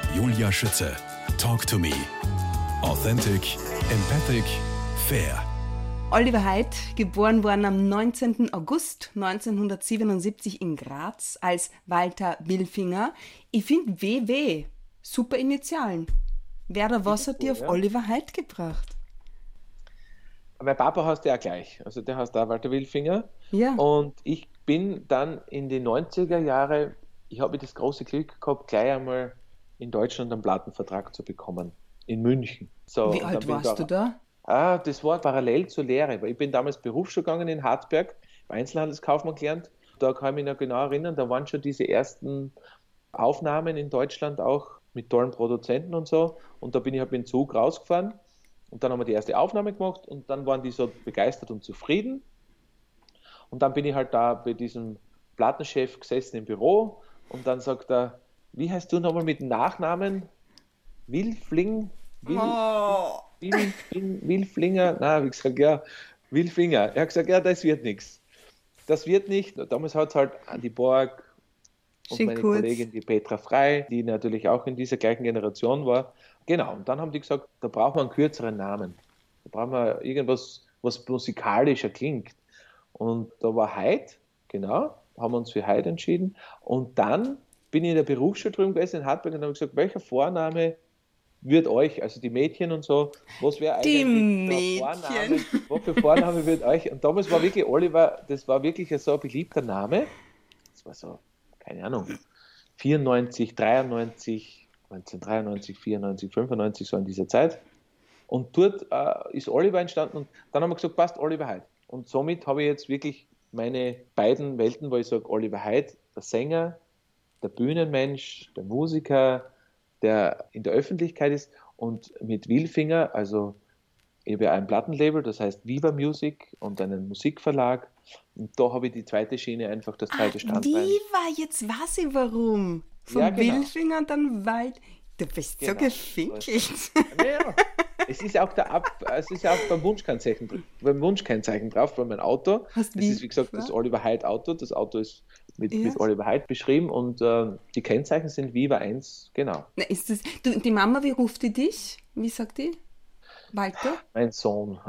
Julia Schütze. Talk to me. Authentic, empathic, fair. Oliver Heydt, geboren worden am 19. August 1977 in Graz als Walter Wilfinger. Ich finde WW, super Initialen. Werder, was hat dir auf Oliver Heydt gebracht? Mein Papa heißt ja auch gleich, also der heißt auch Walter Wilfinger. Ja. Und ich bin dann in die 90er Jahre, ich habe das große Glück gehabt, gleich einmal in Deutschland einen Plattenvertrag zu bekommen, in München. So, Wie alt warst du da? Das war parallel zur Lehre, weil ich bin damals Berufsschule gegangen in Hartberg, Einzelhandelskaufmann gelernt. Da kann ich mich noch genau erinnern, da waren schon diese ersten Aufnahmen in Deutschland auch mit tollen Produzenten und so. Und da bin ich halt mit dem Zug rausgefahren und dann haben wir die erste Aufnahme gemacht und dann waren die so begeistert und zufrieden. Und dann bin ich halt da bei diesem Plattenchef gesessen im Büro und dann sagt er, wie heißt du nochmal mit dem Nachnamen? Wilflinger? Na, wie gesagt, ja, Wilfinger. Er hat gesagt, ja, das wird nichts. Das wird nicht. Damals hat es halt Andi Borg und meine Kollegin, die Petra Frey, die natürlich auch in dieser gleichen Generation war. Genau, und dann haben die gesagt, da brauchen wir einen kürzeren Namen. Da brauchen wir irgendwas, was musikalischer klingt. Und da war Heydt, genau, haben wir uns für Heydt entschieden. Und dann bin ich in der Berufsschule drüben gewesen in Hartberg und habe gesagt, welcher Vorname wird euch, also die Mädchen und so, was wäre eigentlich der Vorname, was für Vorname wird euch? Und damals war wirklich Oliver, das war wirklich so ein beliebter Name. Das war so, keine Ahnung, 94, 93, 1993, 94, 95, so in dieser Zeit. Und dort ist Oliver entstanden und dann haben wir gesagt, passt, Oliver Heydt. Und somit habe ich jetzt wirklich meine beiden Welten, wo ich sage, Oliver Heydt, der Sänger, der Bühnenmensch, der Musiker, der in der Öffentlichkeit ist, und mit Wilfinger, also eben ein Plattenlabel, das heißt Viva Music, und einen Musikverlag. Und da habe ich die zweite Schiene, einfach das zweite Standbein. Viva, jetzt weiß ich warum. Von Ja, genau. Wilfinger und dann Wald. Du bist so gefinkelt. Naja, es ist auch beim Wunschkennzeichen drauf, bei meinem Auto. Das ist, wie gesagt, das Oliver Heydt Auto. Das Auto ist mit Oliver Heydt beschrieben und die Kennzeichen sind Viva 1, genau. Na, die Mama, wie ruft die dich? Wie sagt die? Walter? Mein Sohn.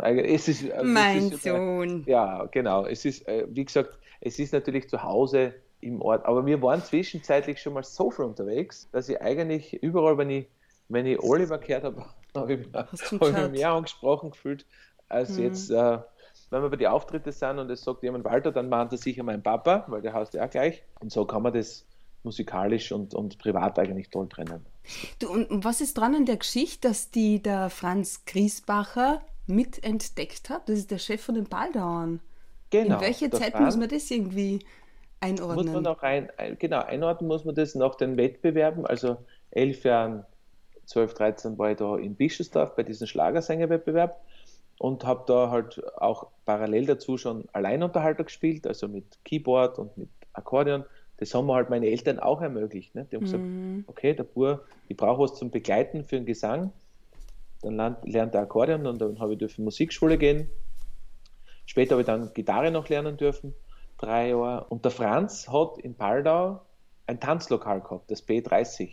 Sohn. Ja, genau. Es ist, wie gesagt, es ist natürlich zu Hause im Ort, aber wir waren zwischenzeitlich schon mal so viel unterwegs, dass ich eigentlich überall, wenn ich Oliver gehört habe, habe ich mich mehr angesprochen gefühlt, als jetzt, wenn wir bei den Auftritten sind und es sagt jemand Walter, dann meint er sicher mein Papa, weil der heißt ja auch gleich. Und so kann man das musikalisch und privat eigentlich toll trennen. Du, und was ist dran an der Geschichte, dass die der Franz Griesbacher mitentdeckt hat? Das ist der Chef von den Baldauern. Genau. In welche Zeit muss man das irgendwie einordnen? Muss man auch einordnen muss man das nach den Wettbewerben, also 11 Jahren, 12, 13 war ich da in Bischofsdorf bei diesem Schlagersängerwettbewerb und habe da halt auch parallel dazu schon Alleinunterhalter gespielt, also mit Keyboard und mit Akkordeon. Das haben mir halt meine Eltern auch ermöglicht. Ne? Die haben gesagt, okay, der Bub, ich brauche was zum Begleiten für den Gesang. Dann lernt er Akkordeon und dann habe ich dürfen Musikschule gehen. Später habe ich dann Gitarre noch lernen dürfen, 3 Jahre. Und der Franz hat in Paldau ein Tanzlokal gehabt, das B30.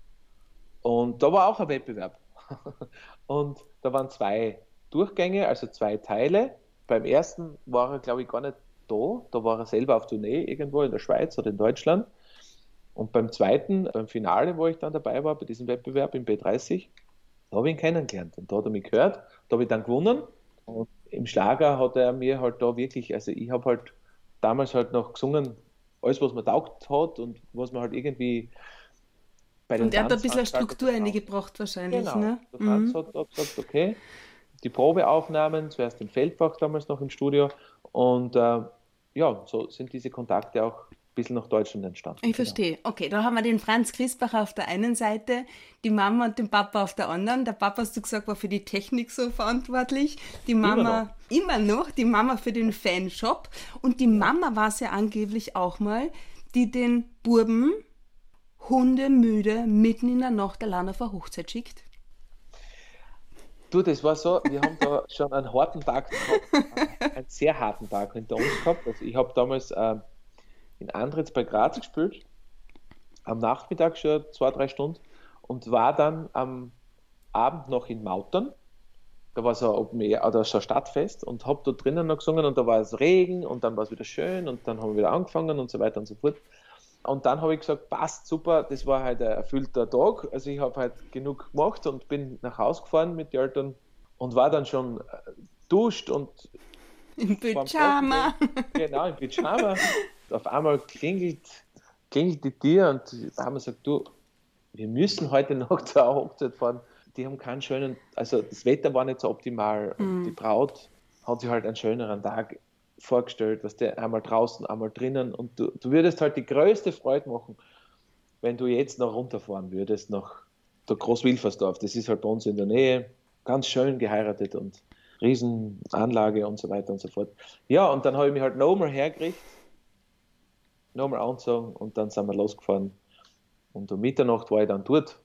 Und da war auch ein Wettbewerb. Und da waren 2 Durchgänge, also 2 Teile. Beim ersten war er, glaube ich, gar nicht da war er selber auf Tournee irgendwo in der Schweiz oder in Deutschland. Und beim zweiten, beim Finale, wo ich dann dabei war, bei diesem Wettbewerb im B30, da habe ich ihn kennengelernt. Und da hat er mich gehört, da habe ich dann gewonnen. Und im Schlager hat er mir halt da wirklich, also ich habe halt damals halt noch gesungen, alles, was man taugt hat und was man halt irgendwie bei den Und er hat ein bisschen Struktur eingebracht wahrscheinlich, genau. Ne? Der Franz hat gesagt, okay, die Probeaufnahmen, zuerst im Feldbach damals noch im Studio und so sind diese Kontakte auch ein bisschen nach Deutschland entstanden. Ich verstehe. Okay, da haben wir den Franz Griesbacher auf der einen Seite, die Mama und den Papa auf der anderen. Der Papa, hast du gesagt, war für die Technik so verantwortlich. Die Mama, immer noch, die Mama für den Fanshop. Und die Mama war es ja angeblich auch mal, die den Burben hundemüde mitten in der Nacht allein auf eine Hochzeit schickt. Du, das war so, wir haben da schon einen harten Tag gehabt, einen sehr harten Tag hinter uns gehabt. Also ich habe damals in Andritz bei Graz gespielt, am Nachmittag schon 2-3 Stunden und war dann am Abend noch in Mautern. Da war so ein Stadtfest und habe da drinnen noch gesungen und da war es Regen und dann war es wieder schön und dann haben wir wieder angefangen und so weiter und so fort. Und dann habe ich gesagt, passt super, das war halt ein erfüllter Tag. Also ich habe halt genug gemacht und bin nach Hause gefahren mit den Eltern und war dann schon duscht und im Pyjama. Genau, im Pyjama. Auf einmal klingelt die Tür und die Mama sagt, du, wir müssen heute noch zur Hochzeit fahren. Die haben keinen schönen, also das Wetter war nicht so optimal und die Braut hat sich halt einen schöneren Tag vorgestellt, was der einmal draußen, einmal drinnen und du würdest halt die größte Freude machen, wenn du jetzt noch runterfahren würdest nach der Großwilfersdorf. Das ist halt bei uns in der Nähe, ganz schön geheiratet und Riesenanlage und so weiter und so fort. Ja, und dann habe ich mich halt nochmal hergerichtet, nochmal angezogen und dann sind wir losgefahren. Und um Mitternacht war ich dann dort.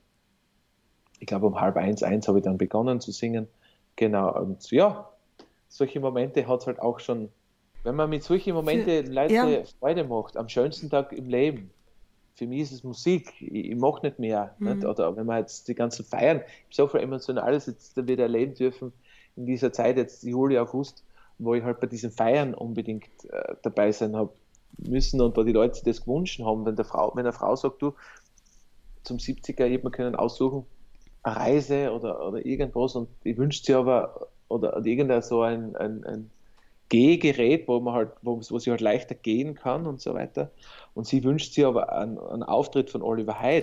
Ich glaube, um 12:30 habe ich dann begonnen zu singen. Genau, und ja, solche Momente hat es halt auch schon, wenn man mit solchen Momenten Leute Freude macht, am schönsten Tag im Leben. Für mich ist es Musik, ich mache nicht mehr. Nicht? Oder wenn man jetzt die ganzen Feiern, ich habe so viel Emotionales jetzt wieder erleben dürfen in dieser Zeit, jetzt Juli, August, wo ich halt bei diesen Feiern unbedingt dabei sein habe müssen und wo die Leute sich das gewünscht haben, wenn eine Frau sagt, du, zum 70er hätte man können aussuchen, eine Reise oder irgendwas und ich wünsche sie aber, oder irgendein so ein Gehgerät, wo sie halt leichter gehen kann und so weiter. Und sie wünscht sich aber einen Auftritt von Oliver Hyde.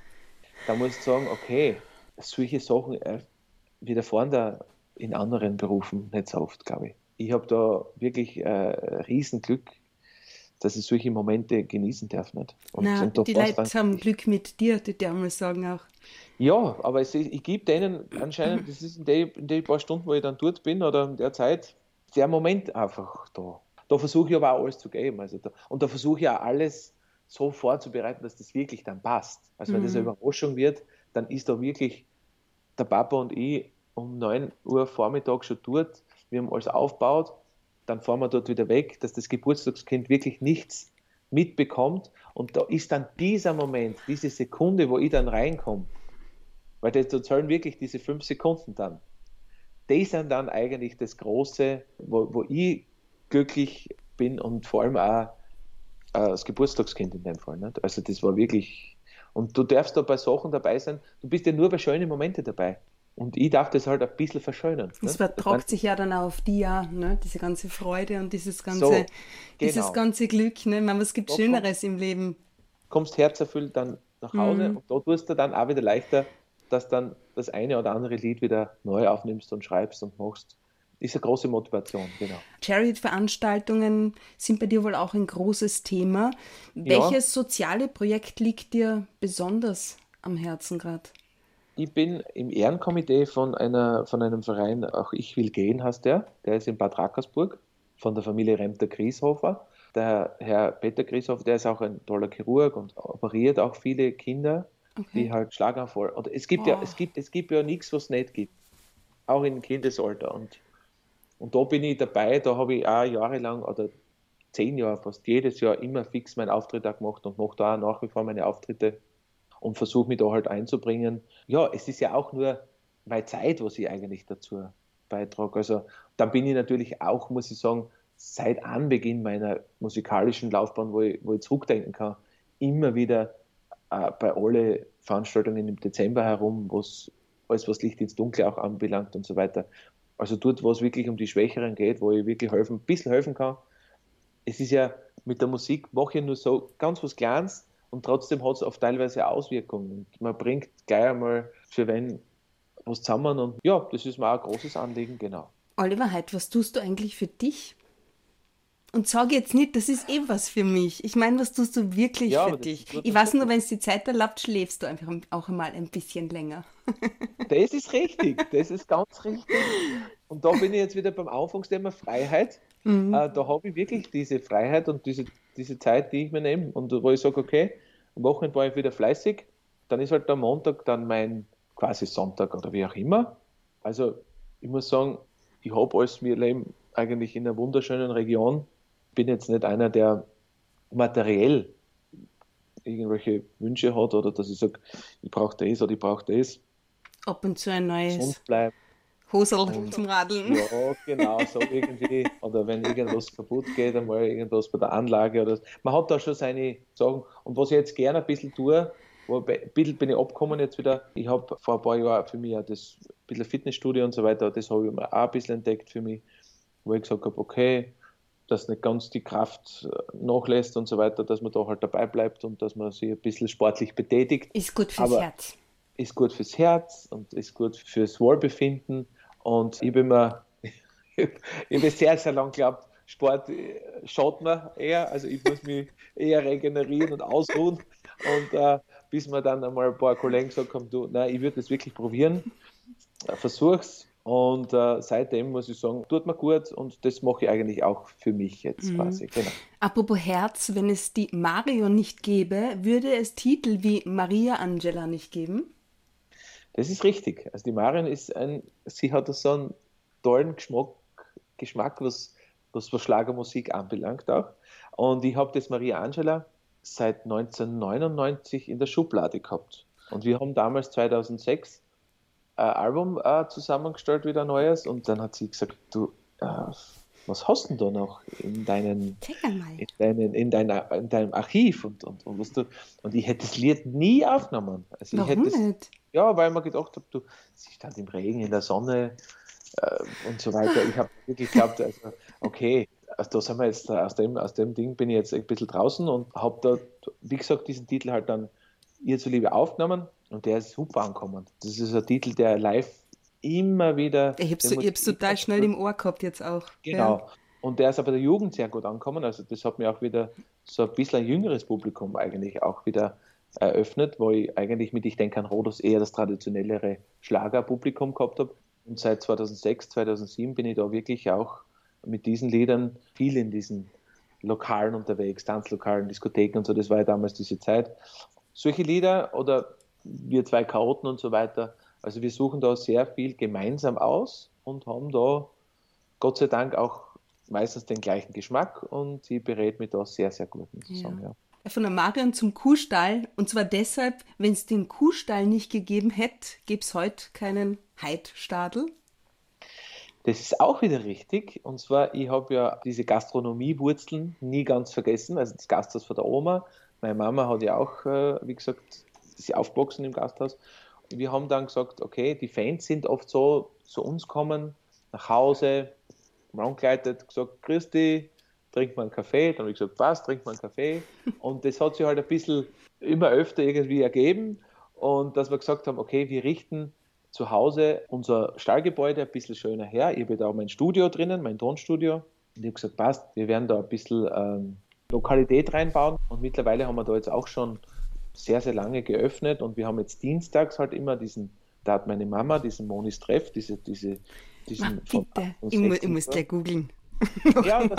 Da muss ich sagen, okay, solche Sachen widerfahren da in anderen Berufen nicht so oft, glaube ich. Ich habe da wirklich Riesenglück, dass ich solche Momente genießen darf. Nicht? Und die Leute haben Glück mit dir, die darf man sagen auch. Ja, aber ich gebe denen anscheinend, das ist in den paar Stunden, wo ich dann dort bin oder in der Zeit, der Moment einfach da. Da versuche ich aber auch alles zu geben. Und da versuche ich auch alles so vorzubereiten, dass das wirklich dann passt. Also wenn das eine Überraschung wird, dann ist da wirklich der Papa und ich um 9 Uhr Vormittag schon dort. Wir haben alles aufgebaut, dann fahren wir dort wieder weg, dass das Geburtstagskind wirklich nichts mitbekommt. Und da ist dann dieser Moment, diese Sekunde, wo ich dann reinkomme, weil da zählen wirklich diese 5 Sekunden dann. Die sind dann eigentlich das Große, wo ich glücklich bin und vor allem auch das Geburtstagskind in dem Fall. Nicht? Also das war wirklich, und du darfst da bei Sachen dabei sein, du bist ja nur bei schönen Momenten dabei. Und ich darf das halt ein bisschen verschönern. Es übertragt sich ja dann auch auf die, ne? Diese ganze Freude und dieses ganze Glück. Ne? Man, was gibt Schöneres im Leben? Kommst herzerfüllt dann nach Hause und da tust du dann auch wieder leichter, dass dann das eine oder andere Lied wieder neu aufnimmst und schreibst und machst. Ist eine große Motivation, genau. Charity-Veranstaltungen sind bei dir wohl auch ein großes Thema. Welches soziale Projekt liegt dir besonders am Herzen gerade? Ich bin im Ehrenkomitee von einem Verein, auch Ich will gehen heißt der ist in Bad Rackersburg, von der Familie Remter-Grieshofer. Der Herr Peter Grieshofer, der ist auch ein toller Chirurg und operiert auch viele Kinder, die halt Schlaganfall. Und es gibt ja nichts, was es nicht gibt. Auch im Kindesalter. Und da bin ich dabei, da habe ich auch jahrelang oder 10 Jahre, fast jedes Jahr immer fix meinen Auftritt auch gemacht und mache da auch nach wie vor meine Auftritte und versuche mich da halt einzubringen. Ja, es ist ja auch nur meine Zeit, was ich eigentlich dazu beitrage. Also dann bin ich natürlich auch, muss ich sagen, seit Anbeginn meiner musikalischen Laufbahn, wo ich zurückdenken kann, immer wieder bei allen Veranstaltungen im Dezember herum, alles was Licht ins Dunkle auch anbelangt und so weiter. Also dort, wo es wirklich um die Schwächeren geht, wo ich wirklich ein bisschen helfen kann. Es ist ja mit der Musik, mache ich nur so ganz was Kleines und trotzdem hat es oft teilweise Auswirkungen. Und man bringt gleich einmal für wen was zusammen und ja, das ist mir auch ein großes Anliegen, genau. Oliver Hyde, was tust du eigentlich für dich? Und sag jetzt nicht, das ist was für mich. Ich meine, was tust du wirklich für dich? Ich weiß nur, wenn es die Zeit erlaubt, schläfst du einfach auch einmal ein bisschen länger. Das ist richtig, das ist ganz richtig. Und da bin ich jetzt wieder beim Anfangsthema Freiheit. Da habe ich wirklich diese Freiheit und diese Zeit, die ich mir nehme und wo ich sage, okay, am Wochenende war ich wieder fleißig, dann ist halt der Montag dann mein quasi Sonntag oder wie auch immer. Also ich muss sagen, ich habe alles, wir leben eigentlich in einer wunderschönen Region. Bin jetzt nicht einer, der materiell irgendwelche Wünsche hat oder dass ich sage, ich brauche das oder ich brauche das. Ab und zu ein neues bleibt. Hosel zum Radeln. Ja, genau, so irgendwie. Oder wenn irgendwas kaputt geht, einmal irgendwas bei der Anlage. Oder man hat da schon seine Sachen. Und was ich jetzt gerne ein bisschen tue, ein bisschen bin ich abgekommen jetzt wieder. Ich habe vor ein paar Jahren für mich auch das ein bisschen Fitnessstudio und so weiter, das habe ich mir auch ein bisschen entdeckt für mich, wo ich gesagt habe, okay, dass nicht ganz die Kraft nachlässt und so weiter, dass man da halt dabei bleibt und dass man sich ein bisschen sportlich betätigt. Ist gut fürs Herz. Ist gut fürs Herz und ist gut fürs Wohlbefinden. Und ich bin mir sehr, sehr lang geglaubt, Sport schaut mir eher, also ich muss mich eher regenerieren und ausruhen. Und bis mir dann einmal ein paar Kollegen gesagt haben, du, nein, ich würde das wirklich probieren, versuch's. Und seitdem muss ich sagen, tut mir gut und das mache ich eigentlich auch für mich jetzt quasi. Genau. Apropos Herz, wenn es die Marion nicht gäbe, würde es Titel wie Maria Angela nicht geben? Das ist richtig. Also die Marion sie hat so einen tollen Geschmack was Schlagermusik anbelangt auch. Und ich habe das Maria Angela seit 1999 in der Schublade gehabt. Und wir haben damals 2006 ein Album zusammengestellt, wieder ein neues. Und dann hat sie gesagt, du, was hast du denn da noch in deinem Archiv und was du, und ich hätte das Lied nie aufgenommen. Also warum nicht? Ja, weil man gedacht habe, sie stand im Regen, in der Sonne und so weiter. Ich habe wirklich geglaubt, also, okay, also da sind wir jetzt, aus dem Ding bin ich jetzt ein bisschen draußen und habe da, wie gesagt, diesen Titel halt dann ihr zuliebe aufgenommen und der ist super angekommen. Das ist ein Titel, der live immer wieder... Ich hab's total schnell im Ohr gehabt jetzt auch. Genau. Ja. Und der ist aber der Jugend sehr gut angekommen. Also das hat mir auch wieder so ein bisschen ein jüngeres Publikum eigentlich auch wieder eröffnet, wo ich eigentlich mit Ich denke an Rhodos eher das traditionellere Schlagerpublikum gehabt habe. Und seit 2006, 2007 bin ich da wirklich auch mit diesen Liedern viel in diesen Lokalen unterwegs, Tanzlokalen, Diskotheken und so. Das war ja damals diese Zeit. Solche Lieder oder wir zwei Chaoten und so weiter. Also wir suchen da sehr viel gemeinsam aus und haben da Gott sei Dank auch meistens den gleichen Geschmack und sie berät mich da sehr, sehr gut, muss ich sagen. Ja. Von der Marion zum Kuhstall und zwar deshalb, wenn es den Kuhstall nicht gegeben hätte, gäbe es heute keinen Heidstadl. Das ist auch wieder richtig und zwar, ich habe ja diese Gastronomiewurzeln nie ganz vergessen, also das Gasthaus von der Oma. Meine Mama hat ja auch, wie gesagt, ist aufgewachsen im Gasthaus. Wir haben dann gesagt, okay, die Fans sind oft so zu uns kommen, nach Hause, angekleidet, gesagt, grüß dich, trink mal einen Kaffee. Dann habe ich gesagt, passt, trink mal einen Kaffee. Und das hat sich halt ein bisschen immer öfter irgendwie ergeben. Und dass wir gesagt haben, okay, wir richten zu Hause unser Stallgebäude ein bisschen schöner her. Ich habe da mein Studio drinnen, mein Tonstudio. Und ich habe gesagt, passt, wir werden da ein bisschen Lokalität reinbauen. Und mittlerweile haben wir da jetzt auch schon sehr, sehr lange geöffnet. Und wir haben jetzt dienstags halt immer da hat meine Mama diesen Monis Treff, diesen bitte, ich muss gleich googeln. Ja, und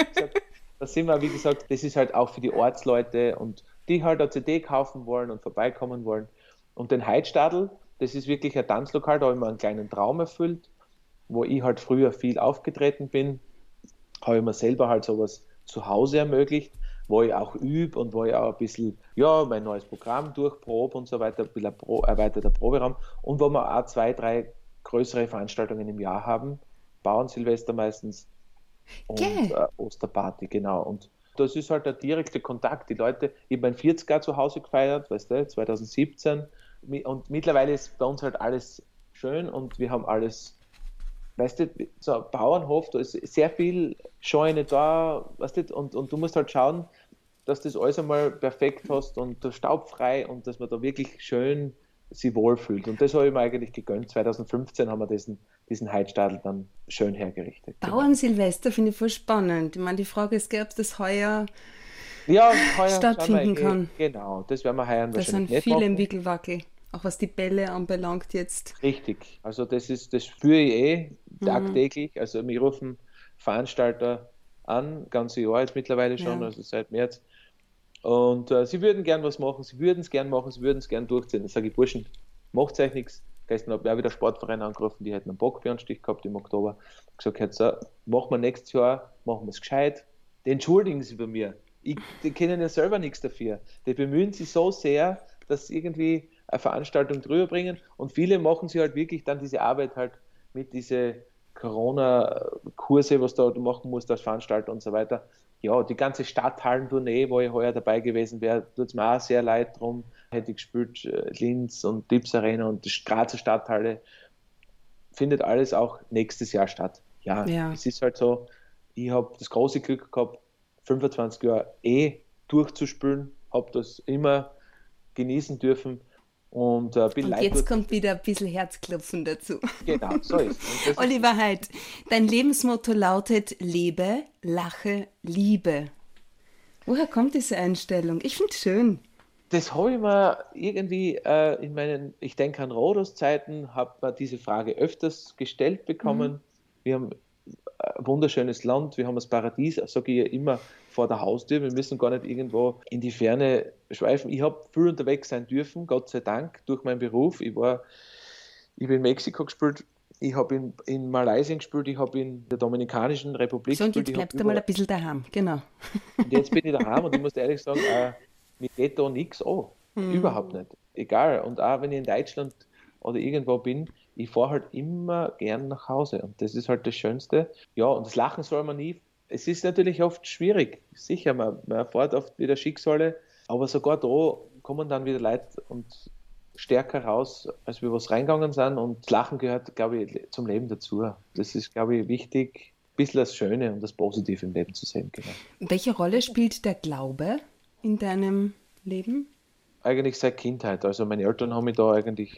da sind wir, wie gesagt, das ist halt auch für die Ortsleute und die halt eine CD kaufen wollen und vorbeikommen wollen. Und den Heidstadl, das ist wirklich ein Tanzlokal, da habe ich mir einen kleinen Traum erfüllt, wo ich halt früher viel aufgetreten bin, habe ich mir selber halt sowas zu Hause ermöglicht, wo ich auch übe und wo ich auch ein bisschen, ja, mein neues Programm durchprobe und so weiter, ein bisschen erweiterter Proberaum und wo wir auch 2, 3 größere Veranstaltungen im Jahr haben, Bauernsilvester meistens und Osterparty, genau. Und das ist halt der direkte Kontakt. Die Leute, ich habe mein 40er zu Hause gefeiert, weißt du, 2017 und mittlerweile ist bei uns halt alles schön und wir haben alles, weißt du, so ein Bauernhof, da ist sehr viel Scheune da, weißt du, und du musst halt schauen, dass das alles einmal perfekt hast und staubfrei und dass man da wirklich schön sich wohlfühlt. Und das habe ich mir eigentlich gegönnt. 2015 haben wir diesen Heidstadl dann schön hergerichtet. Bauernsilvester finde ich voll spannend. Ich meine, die Frage ist, ob das heuer stattfinden kann. Genau, das werden wir heuer wahrscheinlich nicht machen. Da sind viele im Wickelwackel, auch was die Bälle anbelangt jetzt. Richtig, also das spüre ich tagtäglich. Also mich rufen Veranstalter an, ganze Jahr jetzt mittlerweile schon, also seit März. Und sie würden gern was machen, sie würden es gern machen, sie würden es gern durchziehen. Dann sage ich, Burschen, macht euch nichts. Gestern habe ich auch wieder Sportverein angerufen, die hätten einen Bockbärenstich gehabt im Oktober. Ich habe gesagt, so, machen wir nächstes Jahr, machen wir es gescheit. Die entschuldigen sie bei mir. Die kennen ja selber nichts dafür. Die bemühen sich so sehr, dass sie irgendwie eine Veranstaltung drüber bringen und viele machen sich halt wirklich dann diese Arbeit halt mit diese Corona-Kurse, was du machen musst als Veranstalter und so weiter. Ja, die ganze Stadthallentournee, wo ich heuer dabei gewesen wäre, tut es mir auch sehr leid drum. Hätte ich gespielt, Linz und Dips Arena und die Grazer Stadthalle. Findet alles auch nächstes Jahr statt. Ja, es ist halt so, ich habe das große Glück gehabt, 25 Jahre durchzuspielen, habe das immer genießen dürfen. Und jetzt kommt wieder ein bisschen Herzklopfen dazu. Genau, so ist es. Oliver Heidt, dein Lebensmotto lautet: Lebe, lache, liebe. Woher kommt diese Einstellung? Ich finde es schön. Das habe ich mir irgendwie ich denke an Rhodos-Zeiten, habe mir diese Frage öfters gestellt bekommen. Wir haben ein wunderschönes Land, wir haben das Paradies, sage ich ja immer, vor der Haustür. Wir müssen gar nicht irgendwo in die Ferne schweifen. Ich habe viel unterwegs sein dürfen, Gott sei Dank, durch meinen Beruf. Ich habe in Mexiko gespielt, ich habe in Malaysia gespielt, ich habe in der Dominikanischen Republik gespielt. So, und jetzt bleibst du mal ein bisschen daheim, genau. Und jetzt bin ich daheim und ich muss ehrlich sagen, mir geht da nichts an. Überhaupt nicht. Egal. Und auch wenn ich in Deutschland oder irgendwo bin, ich fahre halt immer gern nach Hause. Und das ist halt das Schönste. Ja, und das Lachen soll man nie. Es ist natürlich oft schwierig. Sicher, man erfährt oft wieder Schicksale. Aber sogar da kommen dann wieder Leute und stärker raus, als wir was reingegangen sind. Und das Lachen gehört, glaube ich, zum Leben dazu. Das ist, glaube ich, wichtig, ein bisschen das Schöne und das Positive im Leben zu sehen. Genau. Welche Rolle spielt der Glaube in deinem Leben? Eigentlich seit Kindheit. Also meine Eltern haben mich da eigentlich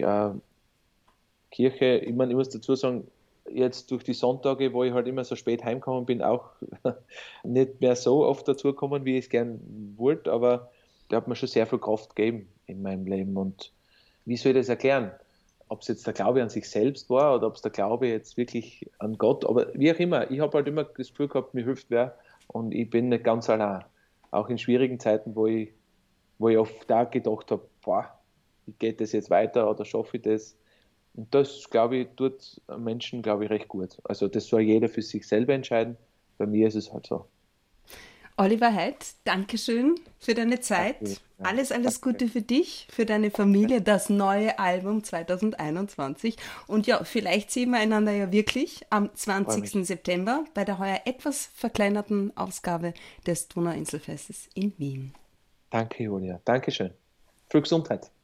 Kirche, ich meine, ich muss dazu sagen, jetzt durch die Sonntage, wo ich halt immer so spät heimgekommen bin, auch nicht mehr so oft dazu gekommen, wie ich es gern wollte, aber der hat mir schon sehr viel Kraft gegeben in meinem Leben. Und wie soll ich das erklären? Ob es jetzt der Glaube an sich selbst war oder ob es der Glaube jetzt wirklich an Gott, aber wie auch immer, ich habe halt immer das Gefühl gehabt, mir hilft wer und ich bin nicht ganz allein. Auch in schwierigen Zeiten, wo ich oft da gedacht habe, wie geht das jetzt weiter oder schaffe ich das? Und das, glaube ich, tut Menschen, glaube ich, recht gut. Also das soll jeder für sich selber entscheiden. Bei mir ist es halt so. Oliver Heidt, Dankeschön für deine Zeit. Danke. Alles Gute für dich, für deine Familie, das neue Album 2021. Und ja, vielleicht sehen wir einander ja wirklich am 20. September bei der heuer etwas verkleinerten Ausgabe des Donauinselfestes in Wien. Danke, Julia. Dankeschön. Für Gesundheit.